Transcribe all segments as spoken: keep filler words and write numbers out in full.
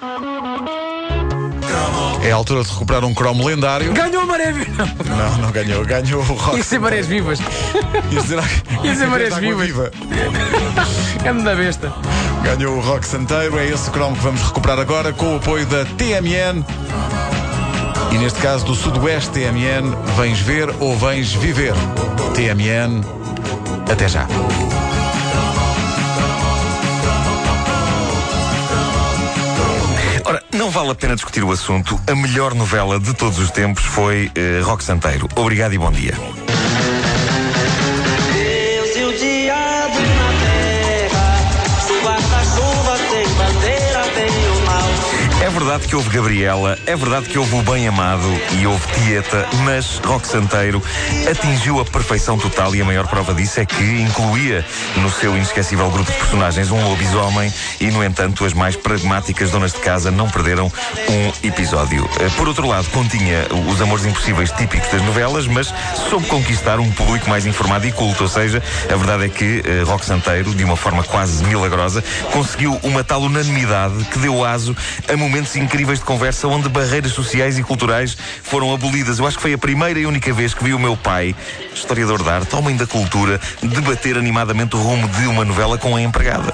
É a altura de recuperar um cromo lendário. Ganhou a Maré Viva! Não, não ganhou. Ganhou o Rock. Ia ser Marés Vivas. Ia dizer, Ia ser Marés água Vivas. viva. É-me da besta. Ganhou o Rock Santeiro. É esse cromo que vamos recuperar agora com o apoio da T M N. E neste caso do Sudoeste T M N. Vens ver ou vens viver? T M N. Até já. Ora, não vale a pena discutir o assunto. A melhor novela de todos os tempos foi uh, Rock Santeiro. Obrigado e bom dia. Deus e o diabo na terra, se guarda-chuva sem bandeira vem o mal. É verdade que houve Gabriela, é verdade que houve o Bem Amado e houve Tieta, mas Rock Santeiro atingiu a perfeição total e a maior prova disso é que incluía no seu inesquecível grupo de personagens um lobisomem e, no entanto, as mais pragmáticas donas de casa não perderam um episódio. Por outro lado, continha os amores impossíveis típicos das novelas, mas soube conquistar um público mais informado e culto, ou seja, a verdade é que uh, Rock Santeiro, de uma forma quase milagrosa, conseguiu uma tal unanimidade que deu aso a momentos incríveis de conversa onde barreiras sociais e culturais foram abolidas. Eu acho que foi a primeira e única vez que vi o meu pai, historiador de arte, homem da cultura, debater animadamente o rumo de uma novela com a empregada.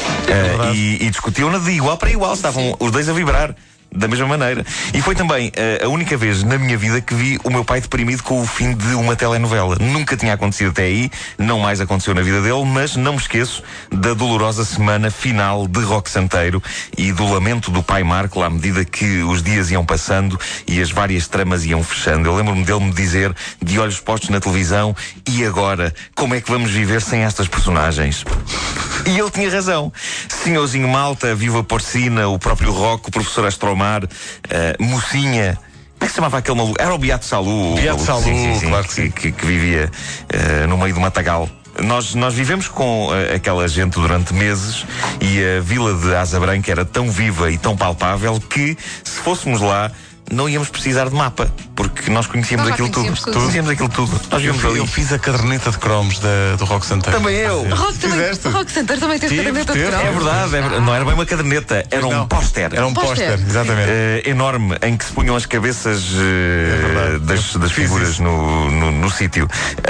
Uh, e, e discutiam-na de igual para igual, estavam os dois a vibrar da mesma maneira. E foi também uh, a única vez na minha vida que vi o meu pai deprimido com o fim de uma telenovela. Nunca tinha acontecido até aí, não mais aconteceu na vida dele, mas não me esqueço da dolorosa semana final de Rock Santeiro e do lamento do pai Marco à medida que os dias iam passando e as várias tramas iam fechando. Eu lembro-me dele me dizer, de olhos postos na televisão: e agora? Como é que vamos viver sem estas personagens? E ele tinha razão. Senhorzinho Malta, Viva Porcina, o próprio Rock, o professor Astromar, uh, Mocinha. Como é que se chamava aquele maluco? Era o Beato Salu. Beato o, Salu, sim, sim, sim, claro que sim. Que, que, que vivia uh, no meio do matagal. Nós, nós vivemos com uh, aquela gente durante meses e a vila de Asa Branca era tão viva e tão palpável que, se fôssemos lá, não íamos precisar de mapa, porque nós conhecíamos Nós já aquilo tudo. conhecíamos tudo. Conhecíamos aquilo tudo. Nós Eu, vimos ali. eu fiz a caderneta de cromos da, do Rock Santeiro. Também eu. Rock, também, Fizeste? Rock Center também teve Tive, caderneta de teve. cromo. É verdade, é verdade. Não era bem uma caderneta, era Não. um póster. Era um Póster. póster, exatamente. Uh, enorme, em que se punham as cabeças uh, verdade. das, Eu das fiz figuras isso. no, no, no sítio.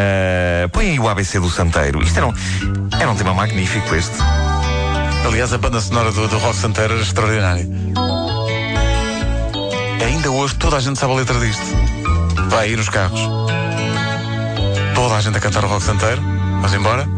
Uh, põe aí o A B C do Santeiro. Isto era um, era um tema magnífico este. Aliás, a banda sonora do, do Rock Santeiro era extraordinária. Ainda hoje toda a gente sabe a letra disto. Vai aí nos carros. Toda a gente a cantar o Rock Santeiro. Vamos embora.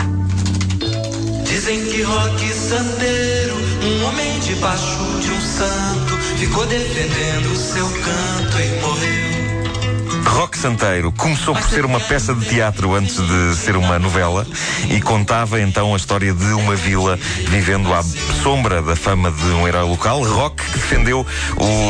Dizem que Rock Santeiro, um homem debaixo de um santo, ficou defendendo o seu canto e morreu. Rock Santeiro começou por ser uma peça de teatro antes de ser uma novela e contava então a história de uma vila vivendo à sombra da fama de um herói local, Rock, que defendeu o uh,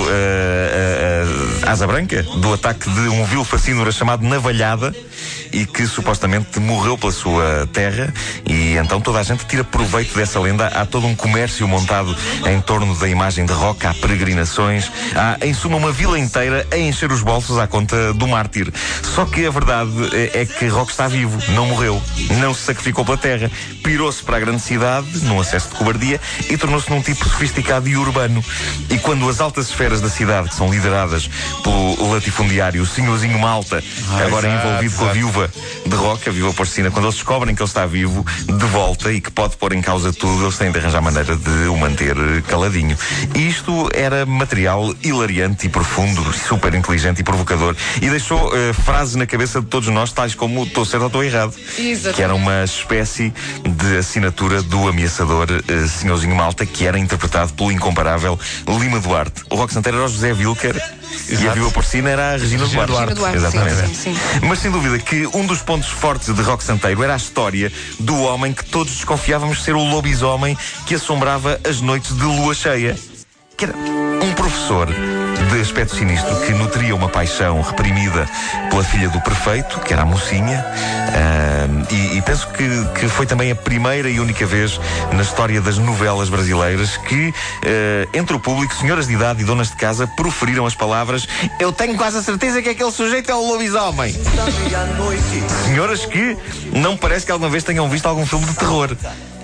uh, uh, Asa Branca do ataque de um vil facínora chamado Navalhada e que supostamente morreu pela sua terra, e então toda a gente tira proveito dessa lenda. Há todo um comércio montado em torno da imagem de Rock, há peregrinações, há em suma uma vila inteira a encher os bolsos à conta do mártir. Só que a verdade é que Rock está vivo, não morreu, não se sacrificou pela terra, pirou-se para a grande cidade num acesso de cobardia e tornou-se num tipo sofisticado e urbano. E quando as altas esferas da cidade, que são lideradas pelo latifundiário o senhorzinho Malta, Ah, agora exato, envolvido com a exato. viúva de Rock, a viúva porcina, quando eles descobrem que ele está vivo de volta e que pode pôr em causa tudo, eles têm de arranjar maneira de o manter caladinho. E isto era material hilariante e profundo, super inteligente e provocador, e deixou uh, frases na cabeça de todos nós, tais como estou certo ou estou errado. Exatamente. Que era uma espécie de assinatura do ameaçador uh, senhorzinho Malta, que era interpretado pelo incomparável Lima Duarte. O Rock Santeiro era o José Wilker e a Exato. viúva porcina era a Regina Regina Duarte. Duarte, Exatamente. sim, sim, sim. Mas sem dúvida que um dos pontos fortes de Rock Santeiro era a história do homem que todos desconfiávamos ser o lobisomem que assombrava as noites de lua cheia. Que era um professor de aspecto sinistro que nutria uma paixão reprimida pela filha do prefeito, que era a Mocinha, uh, e, e penso que, que foi também a primeira e única vez na história das novelas brasileiras que, uh, entre o público, senhoras de idade e donas de casa proferiram as palavras: eu tenho quase a certeza que aquele sujeito é o lobisomem. Senhoras que não parece que alguma vez tenham visto algum filme de terror.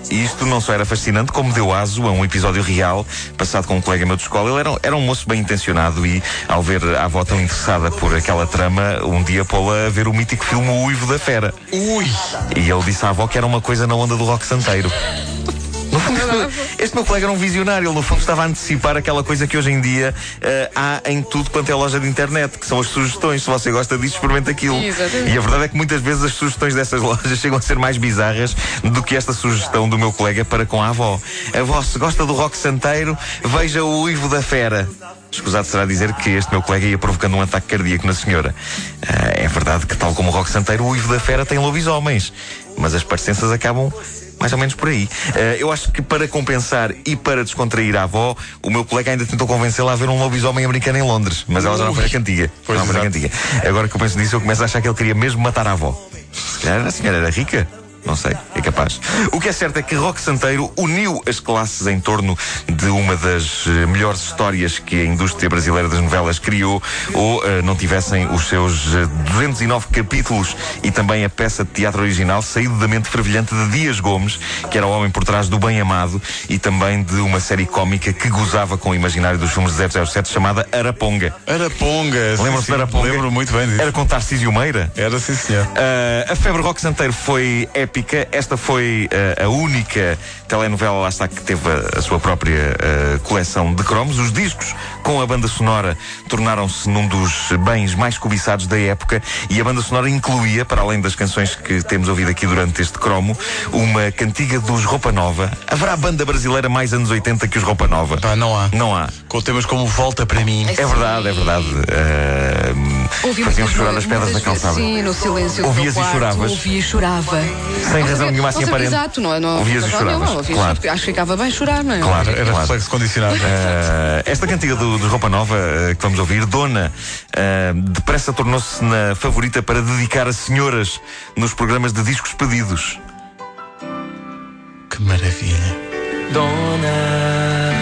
E isto não só era fascinante, como deu aso a um episódio real, passado com um colega meu de escola. Ele era, era um moço bem intencionado e, ao ver a avó tão interessada por aquela trama, um dia pô-la a ver o mítico filme O Uivo da Fera. Ui! E ele disse à avó que era uma coisa na onda do rock santeiro. No fundo, este meu colega era um visionário. Ele, no fundo, estava a antecipar aquela coisa que hoje em dia uh, há em tudo quanto é loja de internet, que são as sugestões. Se você gosta disso, experimente aquilo. Exatamente. E a verdade é que muitas vezes as sugestões dessas lojas chegam a ser mais bizarras do que esta sugestão do meu colega para com a avó. A avó, se gosta do rock santeiro, veja O Uivo da Fera. Escusado será dizer que este meu colega ia provocando um ataque cardíaco na senhora. Uh, é verdade que, tal como o rock santeiro, O Uivo da Fera tem lobisomens. Mas as parecenças acabam mais ou menos por aí. Uh, eu acho que para compensar e para descontrair a avó, o meu colega ainda tentou convencê-la a ver um lobisomem americano em Londres. Mas ela já não foi a cantiga. Pois não foi a cantiga. Agora que eu penso nisso, eu começo a achar que ele queria mesmo matar a avó. Se calhar a senhora era rica. Não sei, é capaz. O que é certo é que Roque Santeiro uniu as classes em torno de uma das uh, melhores histórias que a indústria brasileira das novelas criou, ou uh, não tivessem os seus uh, duzentos e nove capítulos e também a peça de teatro original saído da mente fervilhante de Dias Gomes, que era o homem por trás do Bem Amado, e também de uma série cómica que gozava com o imaginário dos filmes de zero zero sete, chamada Araponga. Araponga! Lembram-se de Araponga? Lembro muito bem disso. Era com Tarcísio Meira? Era, sim, senhor. Uh, a febre Roque Santeiro foi épica. Esta foi uh, a única telenovela, lá está, que teve a, a sua própria uh, coleção de cromos. Os discos com a banda sonora tornaram-se num dos bens mais cobiçados da época, e a banda sonora incluía, para além das canções que temos ouvido aqui durante este cromo, uma cantiga dos Roupa Nova. Haverá banda brasileira mais anos oitenta que os Roupa Nova? Pá, não há. Não há. Com temas como Volta para Mim. É verdade, é verdade. Uh, faziam chorar as pedras da calçada. Sim, no silêncio. Ouvias do e quarto, choravas? Ouvia e chorava. Sem razão nenhuma assim aparente. Exato, não é? Não, Ouvias e não, choravas, não, ouvias, claro. Acho que ficava bem chorar, não é? Claro, Era claro. reflexo condicionado. Uh, esta cantiga do, dos Roupa Nova uh, que vamos ouvir, Dona, uh, depressa tornou-se na favorita para dedicar a senhoras nos programas de discos pedidos. Que maravilha. Dona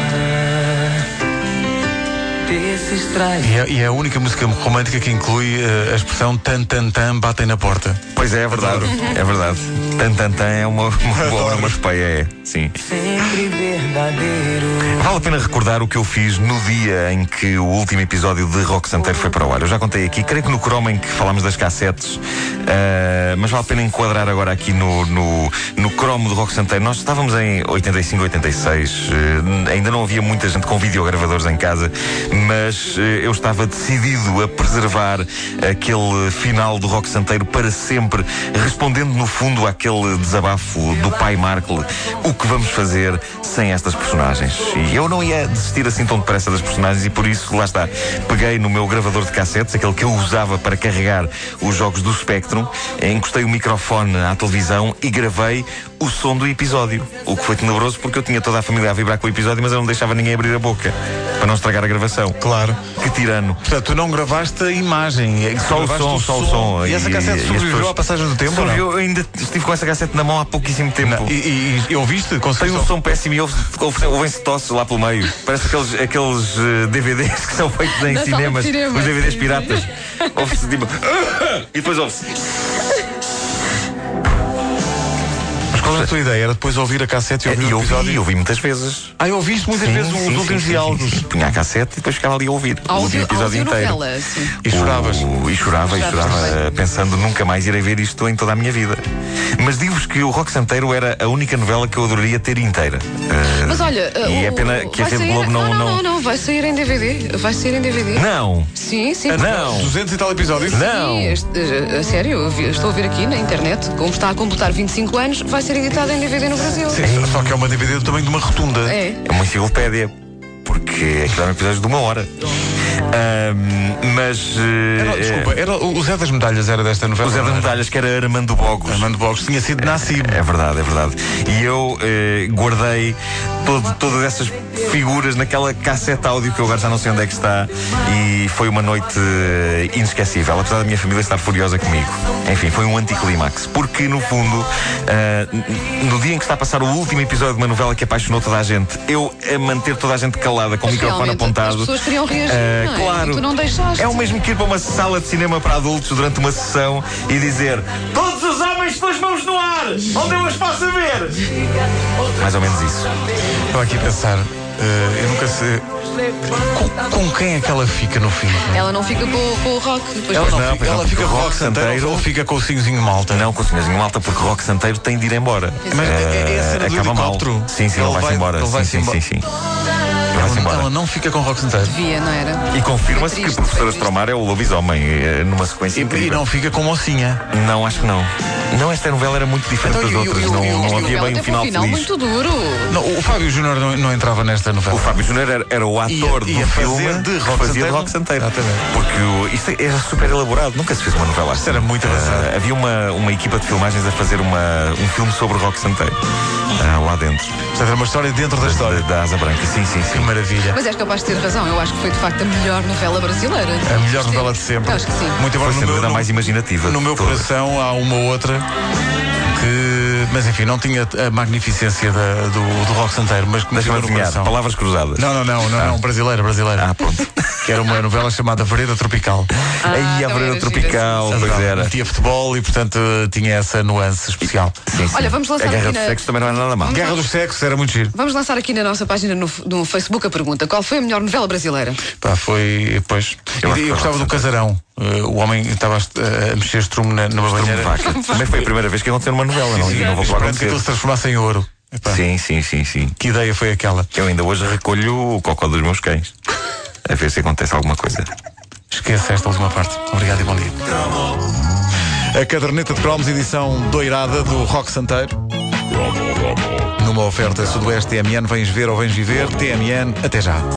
desse estranho. E é, e é a única música romântica que inclui uh, a expressão tan tan tan batem na porta. Pois é, é verdade. É verdade. Tan tan tan é uma, uma boa uma espeia, é. Sim. Sempre verdadeiro. Vale a pena recordar o que eu fiz no dia em que o último episódio de Roque Santeiro foi para o ar. Eu já contei aqui, creio que no cromo em que falámos das cassetes, uh, mas vale a pena enquadrar agora aqui no, no, no cromo do Roque Santeiro. Nós estávamos em oitenta e cinco, oitenta e seis, uh, ainda não havia muita gente com videogravadores em casa, mas uh, eu estava decidido a preservar aquele final do Roque Santeiro para sempre, respondendo no fundo àquele desabafo do pai Markle. O que vamos fazer sem estas personagens? E eu não ia desistir assim tão depressa das personagens, e por isso, lá está, peguei no meu gravador de cassetes, aquele que eu usava para carregar os jogos do Spectrum, encostei o microfone à televisão e gravei o som do episódio. O que foi tenebroso, porque eu tinha toda a família a vibrar com o episódio, mas eu não deixava ninguém abrir a boca para não estragar a gravação. Claro. Que tirano. Portanto, tu não gravaste a imagem. é que Só o gravaste som, só o som. E essa E- cassete e as sobreviveu pessoas- à passagem do tempo? ou não? Eu ainda estive com essa cassete na mão há pouquíssimo tempo. Não. E, e, e ouviste? Tem Conseguiste? um som péssimo e ouve- ouve- ouvem-se tosses lá pelo meio. Parece aqueles, aqueles eh, D V Ds que são feitos em Da sala de cinemas. cinema. Os D V Ds piratas. Ouve-se tipo. E depois ouve-se. Mas qual era a tua ideia? Era depois ouvir a cassete e ouvir E o ouvi, episódio? ouvi muitas vezes. Ah, eu ouviste muitas Sim, vezes sim, os sim, últimos sim, diálogos. sim, sim. Punha a cassete e depois ficava ali a ouvir o último episódio inteiro. Novela, sim. E choravas. O- E chorava, e Choravas chorava, também. eh, pensando nunca mais irei ver isto em toda a minha vida. Mas digo-vos que o Roque Santeiro era a única novela que eu adoraria ter inteira. Eh, Mas olha, E o- é pena que a vai Rede sair- Globo não- não, não, não- não, não, vai sair em D V D. Vai sair em D V D. Não! Sim, sim. Não! duzentos e tal episódios? Não! Sim, este- eh, a sério, eu vi- estou a ver aqui na internet, como está a completar vinte e cinco anos, vai ser editado em D V D no Brasil. Sim, só que é uma D V D do tamanho de uma rotunda. É. É uma enciclopédia. Porque aquilo eram episódios de uma hora. Ahm, mas. eh, Era, desculpa, era, o Zé das Medalhas era desta novela? O Zé das não era? Medalhas, que era Armando Bogos. Armando Bogos tinha sido Nascib. É verdade, é verdade. E eu eh, guardei todo- todas essas figuras naquela cassete áudio que eu agora já não sei onde é que está. E foi uma noite eh, inesquecível, apesar da minha família estar furiosa comigo. Enfim, foi um anticlímax. Porque, no fundo, eh, n- no dia em que está a passar o último episódio de uma novela que apaixonou toda a gente, eu a manter toda a gente calada com o Mas microfone realmente, apontado. as pessoas queriam reagir, eh, não é? Claro. E tu não deixaste. É o mesmo que ir para uma sala de cinema para adultos durante uma sessão e dizer: todos os homens homens pelas mãos no ar, onde eu as faço ver. Mais ou menos isso. Estava aqui a pensar, uh, eu nunca sei. Com, com quem é que ela fica no fim? Ela não fica com, com o rock. Depois Ela, não, Não, fica, não, ela porque fica o com o Roque Roque Santeiro Santeiro- ou fica com o Sinhozinho Malta? Não com o senhorzinho Malta, porque Roque Santeiro tem de ir embora. Mas é, é a cena do Acaba mal. helicóptero. Sim, sim, ele, Ele vai-se vai- embora. ele Sim, vai-se sim, embora. sim, sim. Ele vai-se Ela, embora. ela não fica com o Roque Santeiro. Devia, não era? E confirma-se Foi que a triste, professora foi triste. Stromar é o lobisomem, eh, numa sequência E, e incrível. não fica com mocinha. Não, acho que não. Não, esta novela era muito diferente Então, das e o- outras. e o- não e o- não esta havia Ela bem um teve final um final feliz. muito duro. Não, o Fábio Júnior não, não entrava nesta novela. O Fábio Júnior era, era o ator Ia- ia do fazer filme de que Roque fazia Santeiro. de Roque Santeiro. Exatamente. Porque o, isto era super elaborado. Nunca se fez uma novela assim. Isto era muito avançado. Ah, havia uma, uma equipa de filmagens a fazer uma, um filme sobre Roque Santeiro. Ah, lá dentro. Portanto, era uma história dentro da Da, história. da Asa Branca. Sim, sim, Que sim. maravilha. Mas és capaz de ter razão. Eu acho que foi de facto a melhor novela brasileira. A melhor novela de sempre. Acho que sim. Muito embora Foi no sem meu, dúvida a no, mais imaginativa. no de meu todas. coração há uma outra que. Mas enfim, não tinha a magnificência da- do, do Roque Santeiro, mas que me Deixa-me ficou no adivinhar. coração. Palavras cruzadas. Não, não, não, não, não, brasileira, brasileira. Ah, pronto. Que era uma novela chamada Vereda Tropical. Ah, Aí a também Vereda era Tropical, gira, pois era. Metia futebol e, portanto, tinha essa nuance especial. Sim, sim. Olha, vamos lançar A Guerra aqui do na- Sexo também não era nada mal. Guerra dos Sexos era muito giro. Vamos lançar aqui na nossa página no, no Facebook a pergunta: qual foi a melhor novela brasileira? Pá, foi. Pois. Eu Eu, acho que eu foi gostava do Roque Casarão. Uh, o homem estava a, a mexer estrume na, numa Estrume de banheira. vaca. Também foi a primeira vez que aconteceu numa novela, não, e não vou falar Esperando que aquilo se com transformasse em ouro. Epá, Sim, sim, sim, sim. que ideia foi aquela? Eu ainda hoje recolho o cocó dos meus cães. A ver se acontece alguma coisa. Esqueça esta última parte. Obrigado e bom dia. A caderneta de cromos, edição doirada do Roque Santeiro. Numa oferta Sudoeste T M N, vens ver ou vens viver. T M N, até já.